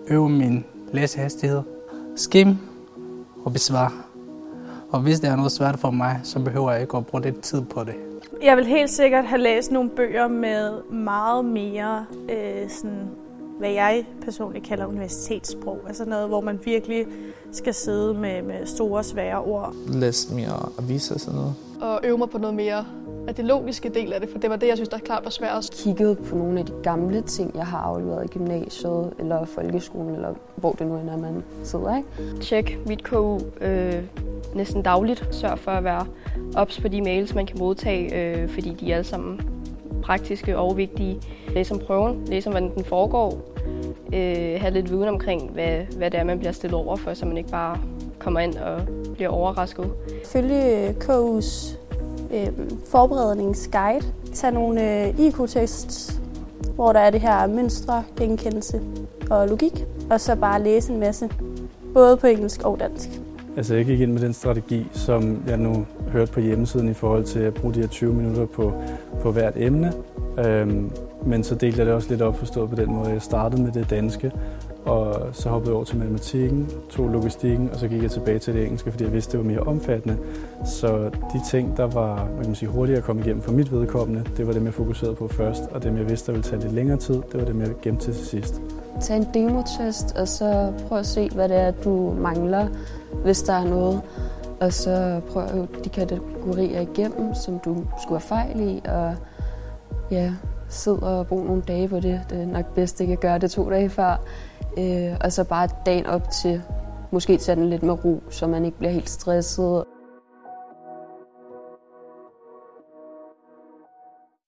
øve min læsehastighed, skim og besvare. Og hvis det er noget svært for mig, så behøver jeg ikke at bruge lidt tid på det. Jeg vil helt sikkert have læst nogle bøger med meget mere, hvad jeg personligt kalder universitetssprog. Altså noget, hvor man virkelig skal sidde med store, svære ord. Læst mere aviser og sådan noget. Og øve mig på noget mere af det logiske del af det, for det var det, jeg synes, der klart var sværest. Kigget på nogle af de gamle ting, jeg har afleveret i gymnasiet eller folkeskolen, eller hvor det nu end er, man sidder, ikke? Tjek mit KU næsten dagligt. Sørg for at være ops på de mails, man kan modtage, fordi de er alle sammen praktiske og vigtige. Læs om prøven, læs om, hvordan den foregår. Have lidt viden omkring, hvad det er, man bliver stillet over for, så man ikke bare kommer ind og bliver overrasket. Følge KU's forberedningsguide. Tag nogle IQ-tests, hvor der er det her mønstre, genkendelse og logik. Og så bare læse en masse, både på engelsk og dansk. Altså jeg gik ind med den strategi, som jeg nu hørte på hjemmesiden i forhold til at bruge de her 20 minutter på hvert emne. Men så delte jeg det også lidt op forstået på den måde. Jeg startede med det danske, og så hoppede jeg over til matematikken, tog logistikken, og så gik jeg tilbage til det engelske, fordi jeg vidste, det var mere omfattende. Så de ting, der var hurtigere at komme igennem for mit vedkommende, det var dem, jeg fokuserede på først, og dem, jeg vidste, der ville tage lidt længere tid, det var dem, jeg gemte til sidst. Tag en demotest, og så prøv at se, hvad det er, du mangler, hvis der er noget. Og så prøv de kategorier igennem, som du skulle have fejl i, og ja, sid og brug nogle dage på det. Det er nok bedst ikke at gøre det 2 dage før. Og så bare dagen op til, måske tage den lidt med ro, så man ikke bliver helt stresset.